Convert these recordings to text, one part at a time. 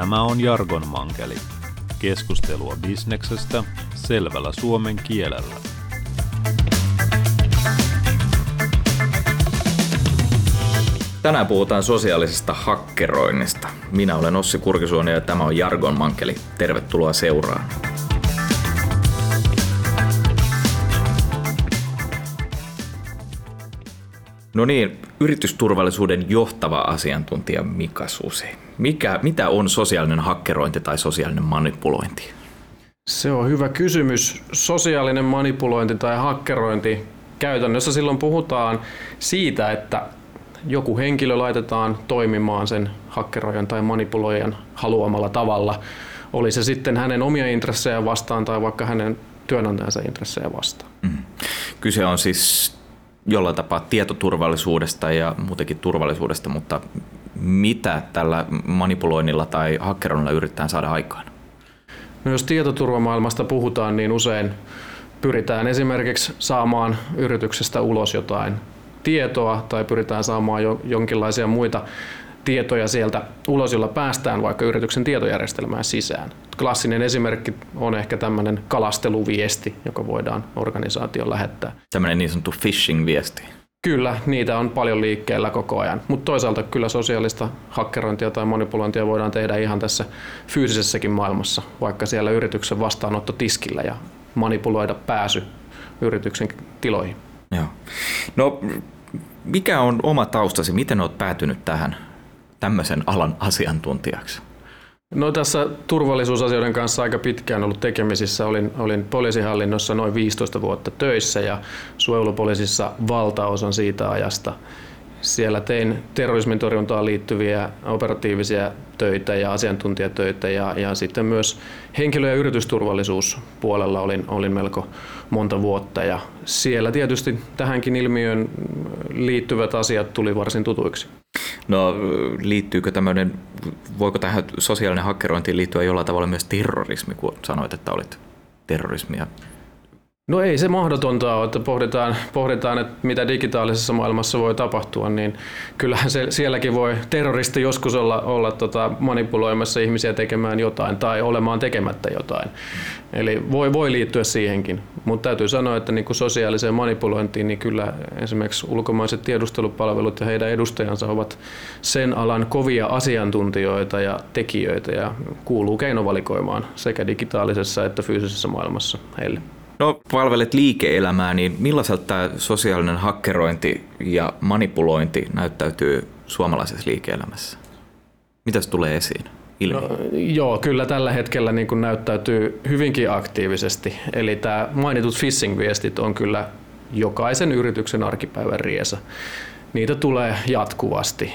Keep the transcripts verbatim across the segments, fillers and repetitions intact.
Tämä on Jargon Mankeli. Keskustelua bisneksestä selvällä suomen kielellä. Tänään puhutaan sosiaalisesta hakkeroinnista. Minä olen Ossi Kurkisuoni ja tämä on Jargon Mankeli. Tervetuloa seuraan. No niin, yritysturvallisuuden johtava asiantuntija Mika Susi. Mikä, mitä on sosiaalinen hakkerointi tai sosiaalinen manipulointi? Se on hyvä kysymys. Sosiaalinen manipulointi tai hakkerointi. Käytännössä silloin puhutaan siitä, että joku henkilö laitetaan toimimaan sen hakkeroijan tai manipuloijan haluamalla tavalla. Oli se sitten hänen omia intressejä vastaan tai vaikka hänen työnantajansa intressejä vastaan. Mm. Kyse on siis jollain tapaa tietoturvallisuudesta ja muutenkin turvallisuudesta, mutta mitä tällä manipuloinnilla tai hakkeroinnilla yritetään saada aikaan? No jos tietoturvamaailmasta puhutaan, niin usein pyritään esimerkiksi saamaan yrityksestä ulos jotain tietoa tai pyritään saamaan jo jonkinlaisia muita tietoja sieltä ulos, jolla päästään vaikka yrityksen tietojärjestelmään sisään. Klassinen esimerkki on ehkä tämmöinen kalasteluviesti, joka voidaan organisaation lähettää. Tämmöinen niin sanottu phishing-viesti. Kyllä, niitä on paljon liikkeellä koko ajan, mutta toisaalta kyllä sosiaalista hakkerointia tai manipulointia voidaan tehdä ihan tässä fyysisessäkin maailmassa, vaikka siellä yrityksen vastaanottotiskillä ja manipuloida pääsy yrityksen tiloihin. Joo. No, mikä on oma taustasi? Miten olet päätynyt tähän tämmöisen alan asiantuntijaksi? No tässä turvallisuusasioiden kanssa aika pitkään ollut tekemisissä. Olin, olin poliisihallinnossa noin viisitoista vuotta töissä ja suojelupoliisissa valtaosan siitä ajasta. Siellä tein terrorismin torjuntaan liittyviä operatiivisia töitä ja asiantuntijatöitä ja, ja sitten myös henkilö- ja yritysturvallisuuspuolella olin, olin melko monta vuotta ja siellä tietysti tähänkin ilmiöön liittyvät asiat tuli varsin tutuiksi. No liittyykö tämmöinen, voiko tähän sosiaalinen hakkerointiin liittyä jollain tavalla myös terrorismi, kun sanoit, että olit terrorismia? No ei se mahdotonta ole, että pohditaan, pohditaan, että mitä digitaalisessa maailmassa voi tapahtua, niin kyllähän se, sielläkin voi terroristi joskus olla, olla tota, manipuloimassa ihmisiä tekemään jotain tai olemaan tekemättä jotain. Eli voi, voi liittyä siihenkin, mutta täytyy sanoa, että niin kuin sosiaaliseen manipulointiin, niin kyllä esimerkiksi ulkomaiset tiedustelupalvelut ja heidän edustajansa ovat sen alan kovia asiantuntijoita ja tekijöitä ja kuuluu keinovalikoimaan sekä digitaalisessa että fyysisessä maailmassa heille. No, palvelet liike-elämää, niin millaiselta tämä sosiaalinen hakkerointi ja manipulointi näyttäytyy suomalaisessa liike-elämässä? Mitä se tulee esiin? No, joo, kyllä tällä hetkellä niin kuin näyttäytyy hyvinkin aktiivisesti. Eli tämä mainitut phishing-viestit on kyllä jokaisen yrityksen arkipäivän riesa. Niitä tulee jatkuvasti.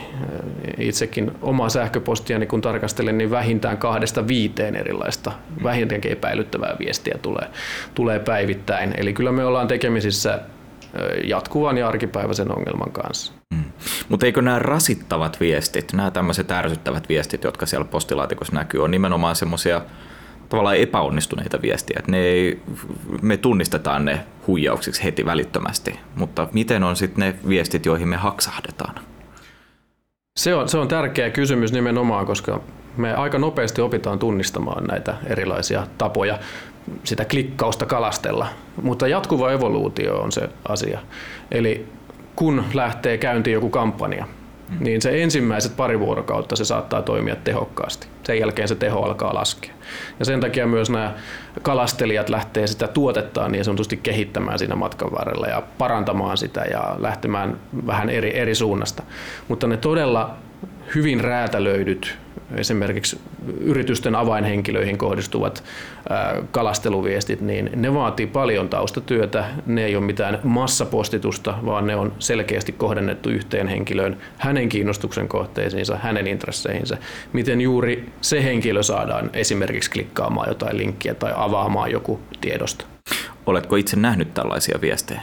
Itsekin omaa sähköpostiani kun tarkastelen, niin vähintään kahdesta viiteen erilaista vähintäänkin epäilyttävää viestiä tulee, tulee päivittäin. Eli kyllä me ollaan tekemisissä jatkuvan ja arkipäiväisen ongelman kanssa. Mm. Mutta eikö nämä rasittavat viestit, nämä tämmöiset ärsyttävät viestit, jotka siellä postilaatikossa näkyy, on nimenomaan semmoisia tavallaan epäonnistuneita viestiä, että ne ei, me tunnistetaan ne huijauksiksi heti välittömästi, mutta miten on sitten ne viestit, joihin me haksahdetaan? Se on, se on tärkeä kysymys nimenomaan, koska me aika nopeasti opitaan tunnistamaan näitä erilaisia tapoja sitä klikkausta kalastella, mutta jatkuva evoluutio on se asia. Eli kun lähtee käyntiin joku kampanja, niin se ensimmäiset pari vuorokautta se saattaa toimia tehokkaasti. Sen jälkeen se teho alkaa laskea. Ja sen takia myös nämä kalastelijat lähtee sitä tuotettaan niin sanotusti kehittämään siinä matkan varrella ja parantamaan sitä ja lähtemään vähän eri, eri suunnasta. Mutta ne todella hyvin räätälöidyt, esimerkiksi yritysten avainhenkilöihin kohdistuvat kalasteluviestit, niin ne vaatii paljon taustatyötä. Ne ei ole mitään massapostitusta, vaan ne on selkeästi kohdennettu yhteen henkilöön, hänen kiinnostuksen kohteisiinsa, hänen intresseihinsä. Miten juuri se henkilö saadaan esimerkiksi klikkaamaan jotain linkkiä tai avaamaan joku tiedosto. Oletko itse nähnyt tällaisia viestejä?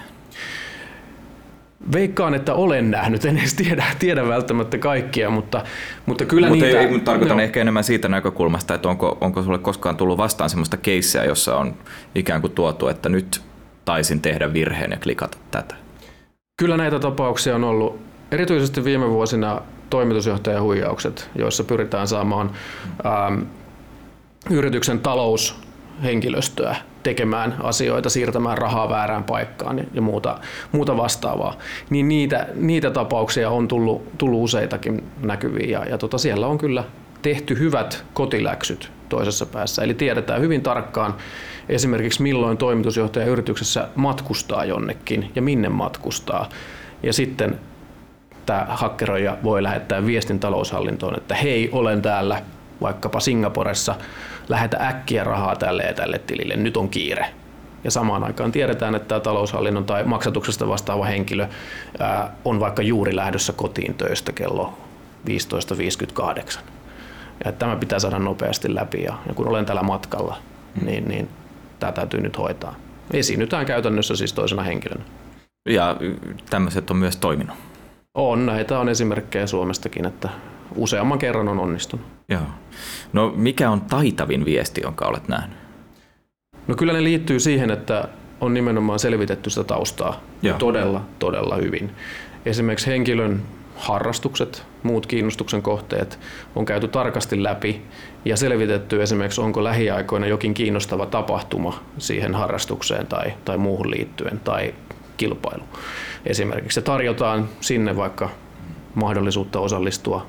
Veikkaan, että olen nähnyt, en edes tiedä, tiedä välttämättä kaikkia, mutta, mutta kyllä mutta niitä... Ei, ei, tarkoitan no. ehkä enemmän siitä näkökulmasta, että onko, onko sulle koskaan tullut vastaan sellaista keisseä, jossa on ikään kuin tuotu, että nyt taisin tehdä virheen ja klikata tätä? Kyllä näitä tapauksia on ollut erityisesti viime vuosina toimitusjohtajahuijaukset, joissa pyritään saamaan ähm, yrityksen taloushenkilöstöä tekemään asioita, siirtämään rahaa väärään paikkaan ja muuta, muuta vastaavaa, niin niitä, niitä tapauksia on tullut, tullut useitakin näkyviin ja, ja tota, siellä on kyllä tehty hyvät kotiläksyt toisessa päässä. Eli tiedetään hyvin tarkkaan esimerkiksi milloin toimitusjohtaja yrityksessä matkustaa jonnekin ja minne matkustaa. Ja sitten tämä hakkeroija voi lähettää viestin taloushallintoon, että hei, olen täällä vaikkapa Singaporessa, lähetä äkkiä rahaa tälle ja tälle tilille, nyt on kiire. Ja samaan aikaan tiedetään, että tämä taloushallinnon tai maksatuksesta vastaava henkilö ää, on vaikka juuri lähdössä kotiin töistä kello viisitoista viisikymmentäkahdeksan. Ja tämä pitää saada nopeasti läpi ja, ja kun olen tällä matkalla, hmm. niin, niin tämä täytyy nyt hoitaa. Esiinnytään käytännössä siis toisena henkilönä. Ja tämmöiset on myös toiminut. On, näitä on esimerkkejä Suomestakin, että useamman kerran on onnistunut. Joo. No mikä on taitavin viesti, jonka olet nähnyt? No kyllä ne liittyy siihen, että on nimenomaan selvitetty sitä taustaa Joo. todella, todella hyvin. Esimerkiksi henkilön harrastukset, muut kiinnostuksen kohteet on käyty tarkasti läpi ja selvitetty esimerkiksi, onko lähiaikoina jokin kiinnostava tapahtuma siihen harrastukseen tai, tai muuhun liittyen tai kilpailu. Esimerkiksi tarjotaan sinne vaikka mahdollisuutta osallistua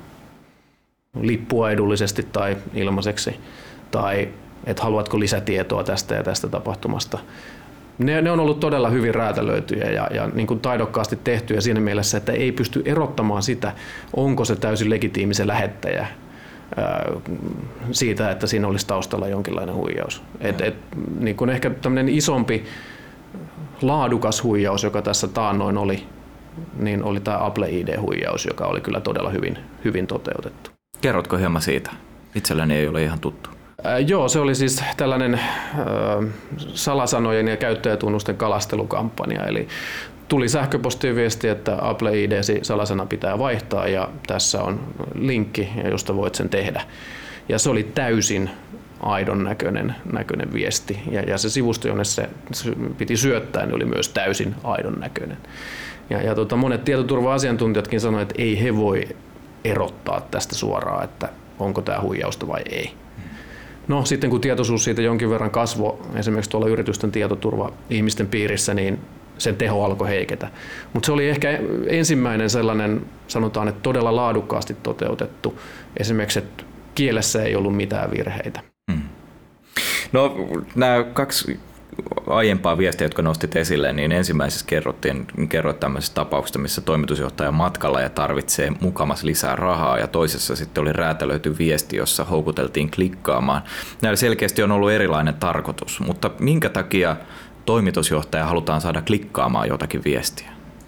lippua edullisesti tai ilmaiseksi, tai että haluatko lisätietoa tästä ja tästä tapahtumasta. Ne, ne on ollut todella hyvin räätälöityjä ja, ja niin kuin taidokkaasti tehtyjä siinä mielessä, että ei pysty erottamaan sitä, onko se täysin legitiimi se lähettäjä ää, siitä, että siinä olisi taustalla jonkinlainen huijaus. Et, et, niin kuin ehkä tämmöinen isompi laadukas huijaus, joka tässä taannoin oli, niin oli tämä Apple I D-huijaus, joka oli kyllä todella hyvin, hyvin toteutettu. Kerrotko hieman siitä? Itselläni ei ole ihan tuttu. Ää, joo, se oli siis tällainen ää, salasanojen ja käyttäjätunnusten kalastelukampanja. Eli tuli sähköpostiin viesti, että Apple I D-salasana pitää vaihtaa ja tässä on linkki, josta voit sen tehdä. Ja se oli täysin aidon näköinen, näköinen viesti. Ja, ja se sivusto, jonne se piti syöttää, niin oli myös täysin aidon näköinen. Ja, ja tota, monet tietoturva-asiantuntijatkin sanoivat, että ei he voi erottaa tästä suoraan, että onko tämä huijausta vai ei. No sitten kun tietoisuus siitä jonkin verran kasvoi, esimerkiksi tuolla yritysten tietoturva-ihmisten piirissä, niin sen teho alkoi heiketä. Mutta se oli ehkä ensimmäinen sellainen, sanotaan, että todella laadukkaasti toteutettu. Esimerkiksi, että kielessä ei ollut mitään virheitä. Hmm. No nämä kaksi aiempaa viestiä, jotka nostit esille, niin ensimmäisessä kerrottiin, kerroit tämmöisestä tapauksesta, missä toimitusjohtaja on matkalla ja tarvitsee mukamas lisää rahaa, ja toisessa sitten oli räätälöity viesti, jossa houkuteltiin klikkaamaan. Näillä selkeästi on ollut erilainen tarkoitus, mutta minkä takia toimitusjohtaja halutaan saada klikkaamaan jotakin viestiä?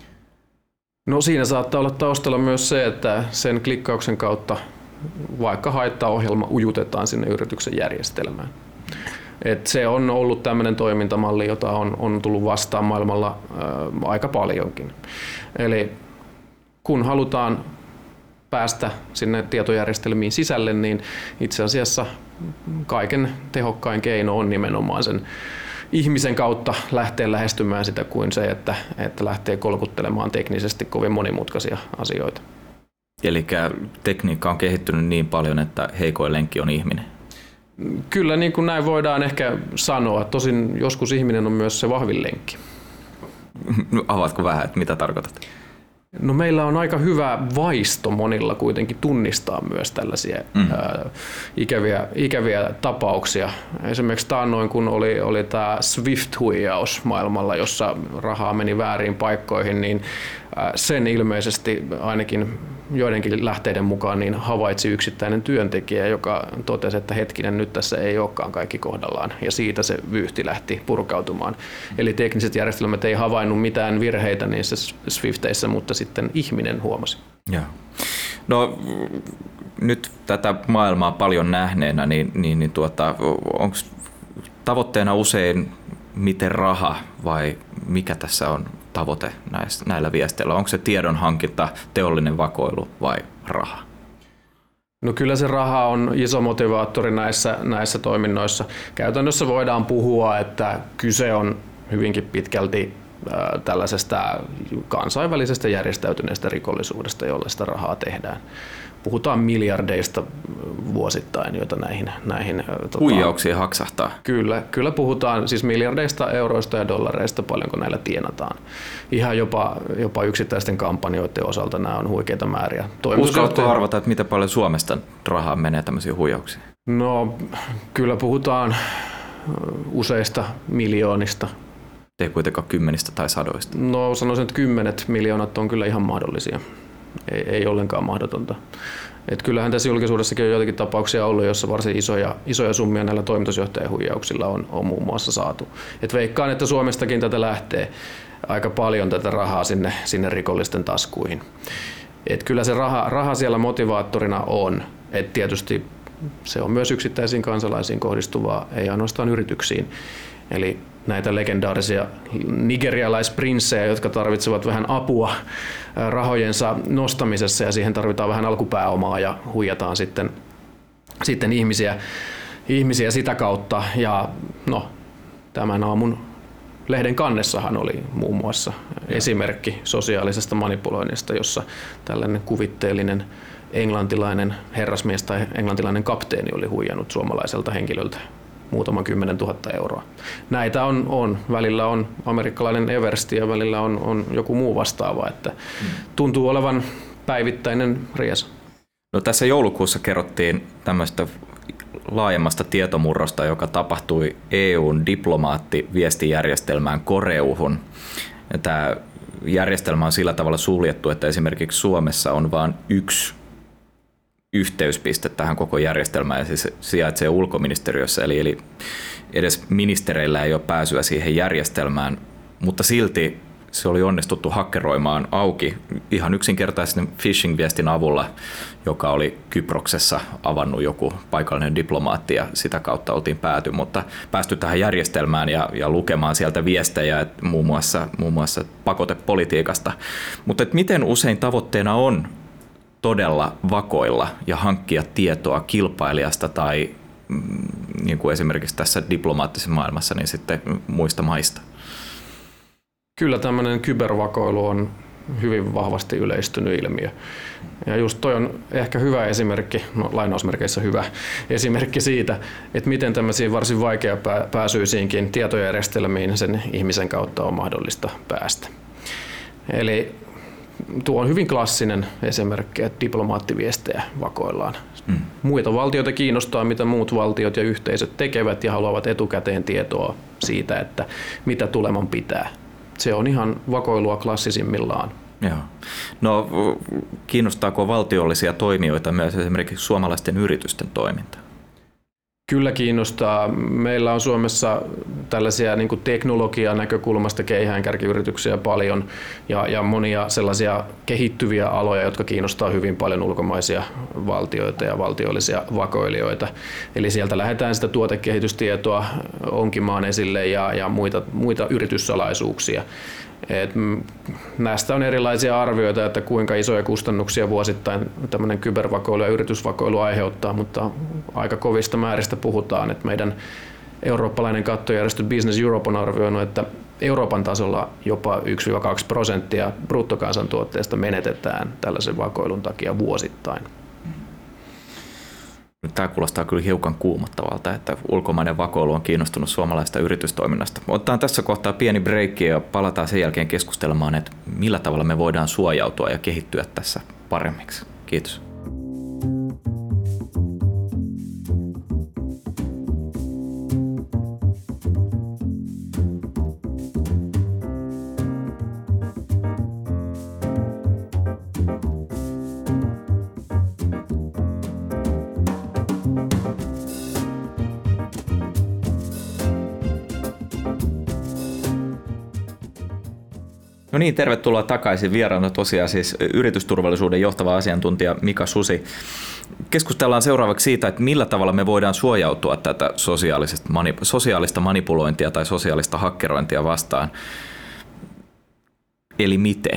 No siinä saattaa olla taustalla myös se, että sen klikkauksen kautta vaikka haittaohjelma ujutetaan sinne yrityksen järjestelmään. Et se on ollut tämmöinen toimintamalli, jota on, on tullut vastaan maailmalla ää, aika paljonkin. Eli kun halutaan päästä sinne tietojärjestelmiin sisälle, niin itse asiassa kaiken tehokkain keino on nimenomaan sen ihmisen kautta lähteä lähestymään sitä kuin se, että, että lähtee kolkuttelemaan teknisesti kovin monimutkaisia asioita. Eli tekniikka on kehittynyt niin paljon, että heikoin lenkki on ihminen. Kyllä niin kuin näin voidaan ehkä sanoa. Tosin joskus ihminen on myös se vahvin lenkki. No, avaatko vähän, että mitä tarkoitat? No meillä on aika hyvä vaisto monilla kuitenkin tunnistaa myös tällaisia mm. ää, ikäviä, ikäviä tapauksia. Esimerkiksi taannoin, kun oli, oli tämä Swift-huijaus maailmalla, jossa rahaa meni vääriin paikkoihin, niin ää, sen ilmeisesti ainakin joidenkin lähteiden mukaan niin havaitsi yksittäinen työntekijä, joka totesi, että hetkinen, nyt tässä ei olekaan kaikki kohdallaan, ja siitä se vyyhti lähti purkautumaan. Eli tekniset järjestelmät ei havainnut mitään virheitä niissä Swifteissä, mutta sitten ihminen huomasi. Joo. No nyt tätä maailmaa paljon nähneenä, niin, niin, niin tuota, onko tavoitteena usein miten raha vai mikä tässä on tavoite näistä, näillä viesteillä? Onko se tiedonhankinta, teollinen vakoilu vai raha? No kyllä se raha on iso motivaattori näissä, näissä toiminnoissa. Käytännössä voidaan puhua, että kyse on hyvinkin pitkälti tällaisesta kansainvälisestä järjestäytyneestä rikollisuudesta, jolle sitä rahaa tehdään. Puhutaan miljardeista vuosittain, joita näihin... näihin huijauksiin haksahtaa. Kyllä, kyllä puhutaan siis miljardeista euroista ja dollareista, paljonko näillä tienataan. Ihan jopa, jopa yksittäisten kampanjoiden osalta nämä on huikeita määriä. Uskallatko arvata, että mitä paljon Suomesta rahaa menee tämmöisiin huijauksiin? No, kyllä puhutaan useista miljoonista. Ei kuitenkaan kymmenistä tai sadoista. No sanoisin, että kymmenet miljoonat on kyllä ihan mahdollisia. Ei, ei ollenkaan mahdotonta. Et kyllähän tässä julkisuudessakin on joitakin tapauksia ollut, joissa varsin isoja, isoja summia näillä toimitusjohtajan huijauksilla on, on muun muassa saatu. Et veikkaan, että Suomestakin tätä lähtee aika paljon tätä rahaa sinne, sinne rikollisten taskuihin. Et kyllä se raha, raha siellä motivaattorina on. Et tietysti se on myös yksittäisiin kansalaisiin kohdistuvaa, ei ainoastaan yrityksiin. Eli näitä legendaarisia nigerialaisprinssejä, jotka tarvitsevat vähän apua rahojensa nostamisessa ja siihen tarvitaan vähän alkupääomaa ja huijataan sitten, sitten ihmisiä, ihmisiä sitä kautta. Ja no, tämän aamun lehden kannessahan oli muun muassa esimerkki sosiaalisesta manipuloinnista, jossa tällainen kuvitteellinen englantilainen herrasmies tai englantilainen kapteeni oli huijannut suomalaiselta henkilöltä muutaman kymmenen tuhatta euroa. Näitä on, on. Välillä on amerikkalainen Eversti ja välillä on, on joku muu vastaava, että tuntuu olevan päivittäinen riesa. No, tässä joulukuussa kerrottiin tämmöistä laajemmasta tietomurrosta, joka tapahtui E U:n diplomaattiviestijärjestelmään Coreuhun. Ja tämä järjestelmä on sillä tavalla suljettu, että esimerkiksi Suomessa on vain yksi yhteyspiste tähän koko järjestelmään ja siis sijaitsee ulkoministeriössä, eli, eli edes ministereillä ei ole pääsyä siihen järjestelmään, mutta silti se oli onnistuttu hakkeroimaan auki ihan yksinkertaisen phishing-viestin avulla, joka oli Kyproksessa avannut joku paikallinen diplomaatti ja sitä kautta oltiin pääty, mutta päästy tähän järjestelmään ja, ja lukemaan sieltä viestejä muun muassa, muun muassa pakotepolitiikasta. Mutta et miten usein tavoitteena on todella vakoilla ja hankkia tietoa kilpailijasta tai mm, niin kuin esimerkiksi tässä diplomaattisessa maailmassa, niin sitten muista maista? Kyllä tämmöinen kybervakoilu on hyvin vahvasti yleistynyt ilmiö. Ja just toi on ehkä hyvä esimerkki, no lainausmerkeissä hyvä esimerkki siitä, että miten tämmöisiin varsin vaikeapääsyisiinkin tietojärjestelmiin sen ihmisen kautta on mahdollista päästä. Eli tuo on hyvin klassinen esimerkki, että diplomaattiviestejä vakoillaan. Mm. Muita valtioita kiinnostaa, mitä muut valtiot ja yhteisöt tekevät ja haluavat etukäteen tietoa siitä, että mitä tuleman pitää. Se on ihan vakoilua klassisimmillaan. Joo. No, kiinnostaako valtiollisia toimijoita myös esimerkiksi suomalaisten yritysten toiminta? Kyllä kiinnostaa. Meillä on Suomessa tällaisia niin kuin teknologian näkökulmasta keihäänkärkiyrityksiä paljon ja, ja monia sellaisia kehittyviä aloja, jotka kiinnostaa hyvin paljon ulkomaisia valtioita ja valtiollisia vakoilijoita. Eli sieltä lähdetään sitä tuotekehitystietoa onkimaan esille ja, ja muita, muita yrityssalaisuuksia. Et näistä on erilaisia arvioita, että kuinka isoja kustannuksia vuosittain tämmöinen kybervakoilu ja yritysvakoilu aiheuttaa, mutta aika kovista määristä puhutaan. Että meidän eurooppalainen kattojärjestö Business Europe on arvioinut, että Euroopan tasolla jopa yksi kaksi prosenttia bruttokansantuotteesta menetetään tällaisen vakoilun takia vuosittain. Tämä kuulostaa kyllä hiukan kuumottavalta, että ulkomainen vakoilu on kiinnostunut suomalaista yritystoiminnasta. Otetaan tässä kohtaa pieni breikki ja palataan sen jälkeen keskustelemaan, että millä tavalla me voidaan suojautua ja kehittyä tässä paremmiksi. Kiitos. No niin, tervetuloa takaisin. Vieraana tosiaan siis yritysturvallisuuden johtava asiantuntija Mika Susi. Keskustellaan seuraavaksi siitä, että millä tavalla me voidaan suojautua tätä sosiaalista, sosiaalista manipulointia tai sosiaalista hakkerointia vastaan. Eli miten?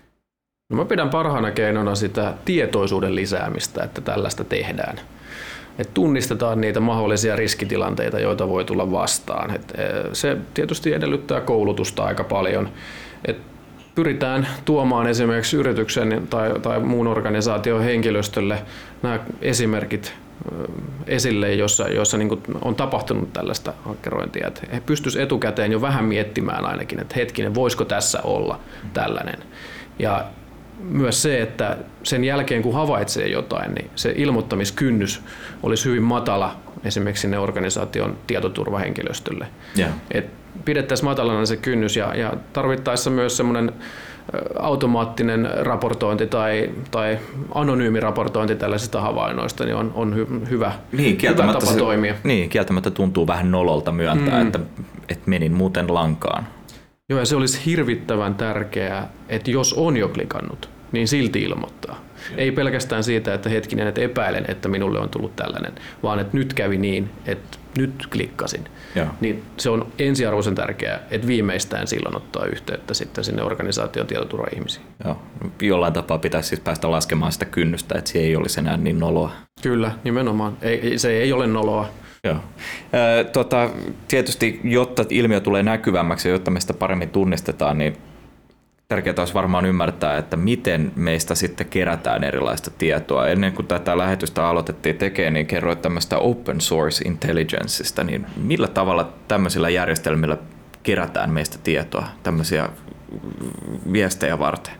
No mä pidän parhaana keinona sitä tietoisuuden lisäämistä, että tällaista tehdään. että tunnistetaan niitä mahdollisia riskitilanteita, joita voi tulla vastaan. Et se tietysti edellyttää koulutusta aika paljon. Et pyritään tuomaan esimerkiksi yrityksen tai, tai muun organisaation henkilöstölle nämä esimerkit esille, jossa, jossa niin kuin on tapahtunut tällaista hakkerointia. Että he pystyisivät etukäteen jo vähän miettimään ainakin, että hetkinen, voisiko tässä olla tällainen. Ja myös se, että sen jälkeen kun havaitsee jotain, niin se ilmoittamiskynnys olisi hyvin matala esimerkiksi sinne organisaation tietoturvahenkilöstölle. Yeah. Et pidettäisiin matalana se kynnys ja, ja tarvittaessa myös semmoinen automaattinen raportointi tai, tai anonyymi raportointi tällaisista havainnoista niin on, on hy, hyvä, niin, hyvä tapa se, toimia. Niin, kieltämättä tuntuu vähän nololta myöntää, mm. että, että menin muuten lankaan. Joo, ja se olisi hirvittävän tärkeää, että jos on jo klikannut, niin silti ilmoittaa. Ei pelkästään siitä, että hetkinen, että epäilen, että minulle on tullut tällainen, vaan että nyt kävi niin, että nyt klikkasin. Joo. Niin se on ensiarvoisen tärkeää, että viimeistään silloin ottaa yhteyttä sitten sinne organisaation tietoturva-ihmisiin. Joo. Jollain tapaa pitäisi siis päästä laskemaan sitä kynnystä, että se ei olisi enää niin noloa. Kyllä, nimenomaan. Ei, se ei ole noloa. Joo. Ö, tota, tietysti, jotta ilmiö tulee näkyvämmäksi ja jotta me sitä paremmin tunnistetaan, niin tärkeää olisi varmaan ymmärtää, että miten meistä sitten kerätään erilaista tietoa. Ennen kuin tätä lähetystä aloitettiin tekemään, niin kerroit tämmöistä open source intelligenceista, niin millä tavalla tämmöisillä järjestelmillä kerätään meistä tietoa, tämmöisiä viestejä varten?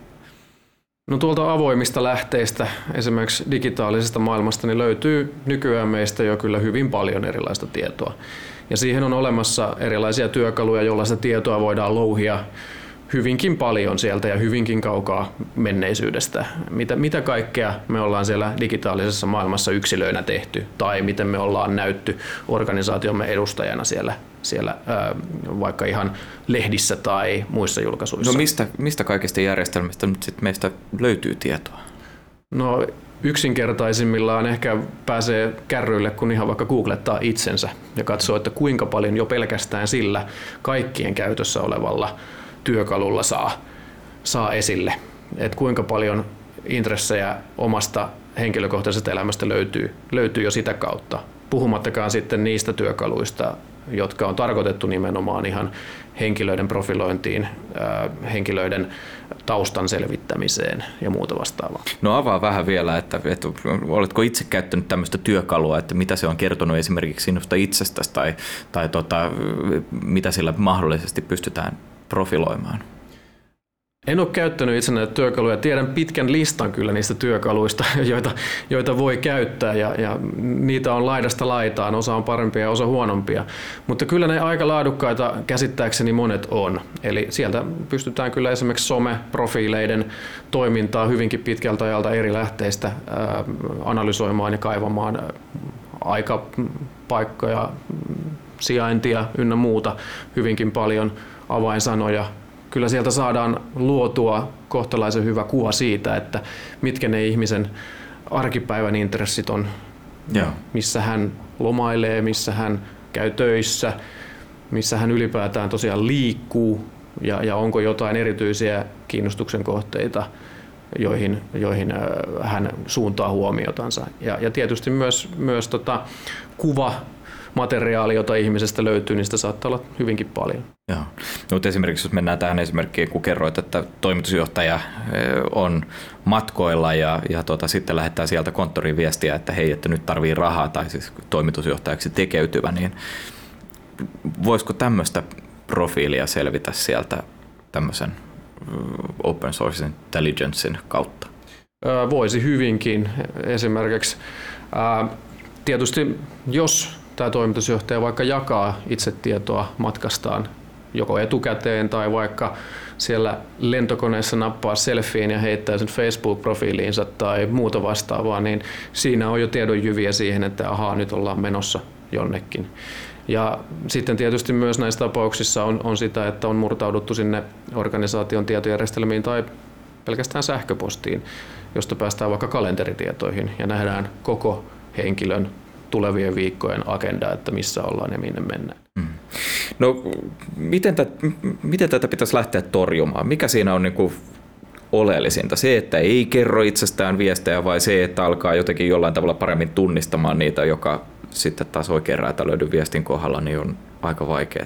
No tuolta avoimista lähteistä, esimerkiksi digitaalisesta maailmasta, niin löytyy nykyään meistä jo kyllä hyvin paljon erilaista tietoa. Ja siihen on olemassa erilaisia työkaluja, joilla sitä tietoa voidaan louhia hyvinkin paljon sieltä ja hyvinkin kaukaa menneisyydestä. Mitä, mitä kaikkea me ollaan siellä digitaalisessa maailmassa yksilöinä tehty tai miten me ollaan näytty organisaatiomme edustajana siellä, siellä ää, vaikka ihan lehdissä tai muissa julkaisuissa. No mistä, mistä kaikista järjestelmistä nyt sit meistä löytyy tietoa? No yksinkertaisimmillaan ehkä pääsee kärryille, kun ihan vaikka googlettaa itsensä ja katsoo, että kuinka paljon jo pelkästään sillä kaikkien käytössä olevalla työkalulla saa, saa esille, että kuinka paljon intressejä omasta henkilökohtaisesta elämästä löytyy, löytyy jo sitä kautta. Puhumattakaan sitten niistä työkaluista, jotka on tarkoitettu nimenomaan ihan henkilöiden profilointiin, henkilöiden taustan selvittämiseen ja muuta vastaavaa. No avaa vähän vielä, että, että oletko itse käyttänyt tämmöistä työkalua, että mitä se on kertonut esimerkiksi sinusta itsestäsi tai, tai tota, mitä sillä mahdollisesti pystytään profiloimaan? En ole käyttänyt itse näitä työkaluja. Tiedän pitkän listan kyllä niistä työkaluista, joita, joita voi käyttää ja, ja niitä on laidasta laitaan. Osa on parempia ja osa huonompia. Mutta kyllä ne aika laadukkaita käsittääkseni monet on. Eli sieltä pystytään kyllä esimerkiksi some-profiileiden toimintaa hyvinkin pitkältä ajalta eri lähteistä ää, analysoimaan ja kaivamaan aikapaikkoja, sijaintia ynnä muuta hyvinkin paljon, avainsanoja. Kyllä sieltä saadaan luotua kohtalaisen hyvä kuva siitä, että mitkä ne ihmisen arkipäivän intressit on, Joo. missä hän lomailee, missä hän käy töissä, missä hän ylipäätään tosiaan liikkuu ja, ja onko jotain erityisiä kiinnostuksen kohteita, joihin, joihin hän suuntaa huomiotansa. Ja, ja tietysti myös, myös tota, kuva, materiaali, jota ihmisestä löytyy, niin sitä saattaa olla hyvinkin paljon. Joo. No, esimerkiksi jos mennään tähän esimerkkiin, kun kerroit, että toimitusjohtaja on matkoilla ja, ja tota, sitten lähettää sieltä konttoriin viestiä, että hei, että nyt tarvii rahaa, tai siis toimitusjohtajaksi tekeytyvä, niin voisiko tämmöistä profiilia selvitä sieltä tämmöisen open source intelligencein kautta? Voisi hyvinkin. Esimerkiksi ää, tietysti jos tämä toimitusjohtaja vaikka jakaa itse tietoa matkastaan joko etukäteen tai vaikka siellä lentokoneessa nappaa selfieen ja heittää sen Facebook-profiiliinsa tai muuta vastaavaa, niin siinä on jo tiedonjyviä siihen, että ahaa, nyt ollaan menossa jonnekin. Ja sitten tietysti myös näissä tapauksissa on, on sitä, että on murtauduttu sinne organisaation tietojärjestelmiin tai pelkästään sähköpostiin, josta päästään vaikka kalenteritietoihin ja nähdään koko henkilön tulevien viikkojen agenda, että missä ollaan ja minne mennään. Mm. No, miten, tätä, miten tätä pitäisi lähteä torjumaan? Mikä siinä on niin kuin oleellisinta? Se, että ei kerro itsestään viestejä vai se, että alkaa jotenkin jollain tavalla paremmin tunnistamaan niitä, joka sitten taas oikein räätälöidyn viestin kohdalla niin on aika vaikeaa?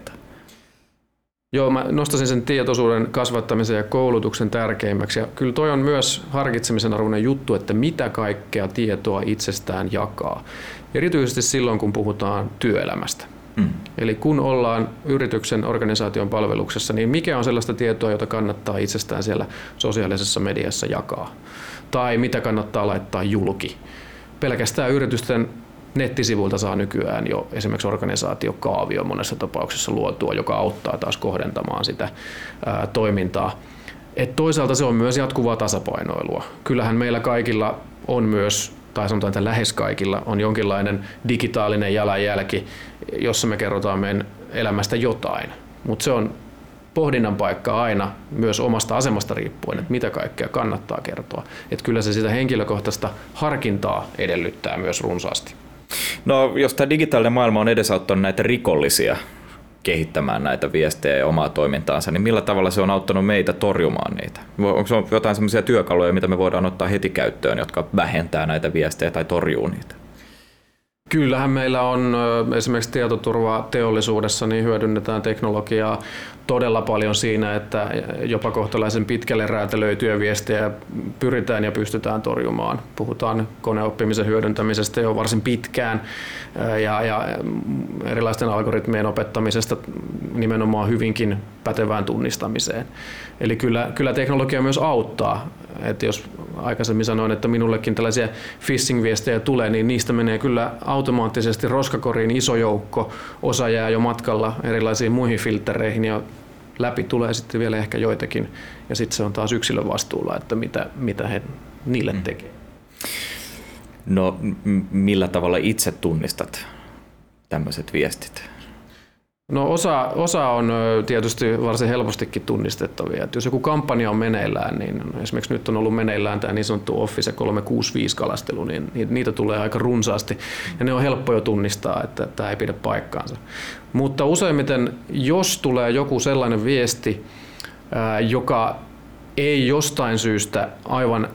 Joo, mä nostaisin sen tietoisuuden kasvattamisen ja koulutuksen tärkeimmäksi. Ja kyllä toi on myös harkitsemisen arvoinen juttu, että mitä kaikkea tietoa itsestään jakaa. Erityisesti silloin, kun puhutaan työelämästä. Mm. Eli kun ollaan yrityksen organisaation palveluksessa, niin mikä on sellaista tietoa, jota kannattaa itsestään siellä sosiaalisessa mediassa jakaa? Tai mitä kannattaa laittaa julki? Pelkästään yritysten nettisivuilta saa nykyään jo esimerkiksi organisaatiokaavio monessa tapauksessa luotua, joka auttaa taas kohdentamaan sitä ää, toimintaa. Et toisaalta se on myös jatkuvaa tasapainoilua. Kyllähän meillä kaikilla on myös, tai sanotaan, että lähes kaikilla on jonkinlainen digitaalinen jalanjälki, jossa me kerrotaan meidän elämästä jotain. Mutta se on pohdinnan paikka aina myös omasta asemasta riippuen, että mitä kaikkea kannattaa kertoa. Et kyllä se sitä henkilökohtaista harkintaa edellyttää myös runsaasti. No, jos tämä digitaalinen maailma on edesauttanut näitä rikollisia kehittämään näitä viestejä ja omaa toimintaansa, niin millä tavalla se on auttanut meitä torjumaan niitä? Onko se jotain sellaisia työkaluja, mitä me voidaan ottaa heti käyttöön, jotka vähentää näitä viestejä tai torjuu niitä? Kyllähän meillä on esimerkiksi tietoturvateollisuudessa, niin hyödynnetään teknologiaa todella paljon siinä, että jopa kohtalaisen pitkälle räätälöityjä viestejä pyritään ja pystytään torjumaan. Puhutaan koneoppimisen hyödyntämisestä jo varsin pitkään ja, ja erilaisten algoritmien opettamisesta nimenomaan hyvinkin pätevään tunnistamiseen. Eli kyllä, kyllä teknologia myös auttaa. Että jos aikaisemmin sanoin, että minullekin tällaisia phishing-viestejä tulee, niin niistä menee kyllä automaattisesti roskakoriin iso joukko. Osa jää jo matkalla erilaisiin muihin filtreihin ja läpi tulee sitten vielä ehkä joitakin. Ja sitten se on taas yksilön vastuulla, että mitä, mitä he niille mm. tekee. No millä tavalla itse tunnistat tämmöiset viestit? No osa, osa on tietysti varsin helpostikin tunnistettavia. Että jos joku kampanja on meneillään, niin esimerkiksi nyt on ollut meneillään tämä niin sanottu Office kolmesataakuusikymmentäviisi-kalastelu, niin niitä tulee aika runsaasti ja ne on helppo jo tunnistaa, että tämä ei pidä paikkaansa. Mutta useimmiten, jos tulee joku sellainen viesti, joka ei jostain syystä aivan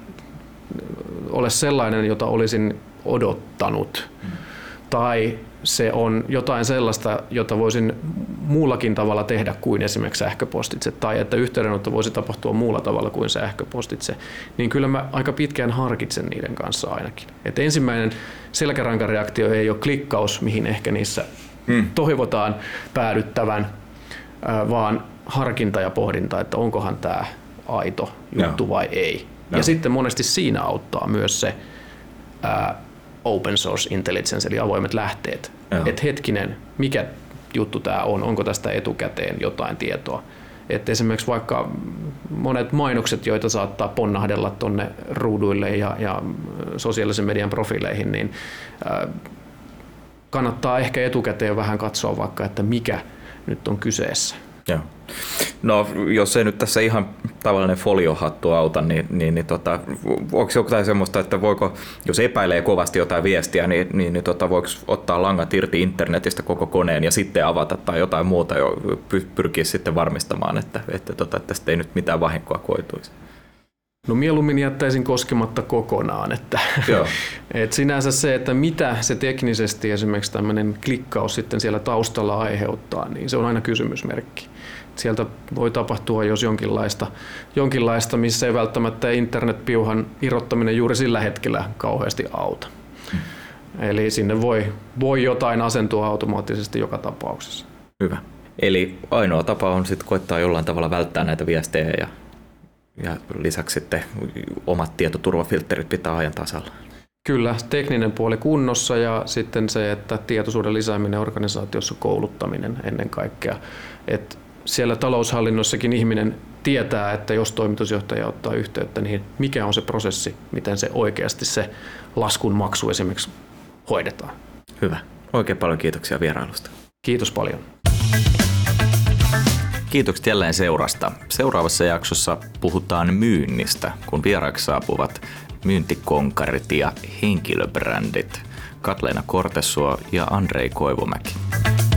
ole sellainen, jota olisin odottanut, hmm. tai se on jotain sellaista, jota voisin muullakin tavalla tehdä kuin esimerkiksi sähköpostitse, tai että yhteydenotto voisi tapahtua muulla tavalla kuin sähköpostitse, niin kyllä mä aika pitkään harkitsen niiden kanssa ainakin. Et ensimmäinen selkärankareaktio ei ole klikkaus, mihin ehkä niissä hmm. toivotaan päädyttävän, vaan harkinta ja pohdinta, että onkohan tämä aito juttu no. vai ei. No. Ja sitten monesti siinä auttaa myös se ää, open source intelligence, eli avoimet lähteet. Että hetkinen, mikä juttu tämä on, onko tästä etukäteen jotain tietoa. Että esimerkiksi vaikka monet mainokset, joita saattaa ponnahdella tuonne ruuduille ja, ja sosiaalisen median profiileihin, niin ää, kannattaa ehkä etukäteen vähän katsoa vaikka, että mikä nyt on kyseessä. Joo. No jos ei nyt tässä ihan tavallinen foliohattu auta, niin, niin, niin tota, onko jotain semmoista, että voiko, jos epäilee kovasti jotain viestiä, niin, niin, niin tota, voiko ottaa langat irti internetistä koko koneen ja sitten avata tai jotain muuta jo pyrkiä sitten varmistamaan, että, että, tota, että tästä ei nyt mitään vahinkoa koituisi? No mieluummin jättäisin koskematta kokonaan. Että et sinänsä se, että mitä se teknisesti esimerkiksi tämmöinen klikkaus sitten siellä taustalla aiheuttaa, niin se on aina kysymysmerkki. Sieltä voi tapahtua jos jonkinlaista, jonkinlaista missä ei välttämättä internetpiuhan irrottaminen juuri sillä hetkellä kauheasti auta. Hmm. Eli sinne voi, voi jotain asentua automaattisesti joka tapauksessa. Hyvä. Eli ainoa tapa on sitten koittaa jollain tavalla välttää näitä viestejä ja Ja lisäksi sitten omat tietoturvafilterit pitää ajan tasalla. Kyllä, tekninen puoli kunnossa ja sitten se, että tietoisuuden lisääminen organisaatiossa, kouluttaminen ennen kaikkea. Et siellä taloushallinnossakin ihminen tietää, että jos toimitusjohtaja ottaa yhteyttä, niin mikä on se prosessi, miten se oikeasti se laskun maksu esimerkiksi hoidetaan. Hyvä. Oikein paljon kiitoksia vierailusta. Kiitos paljon. Kiitokset jälleen seurasta. Seuraavassa jaksossa puhutaan myynnistä, kun vieraaksi saapuvat myyntikonkarit ja henkilöbrändit Katleena Kortesuo ja Andrei Koivumäki.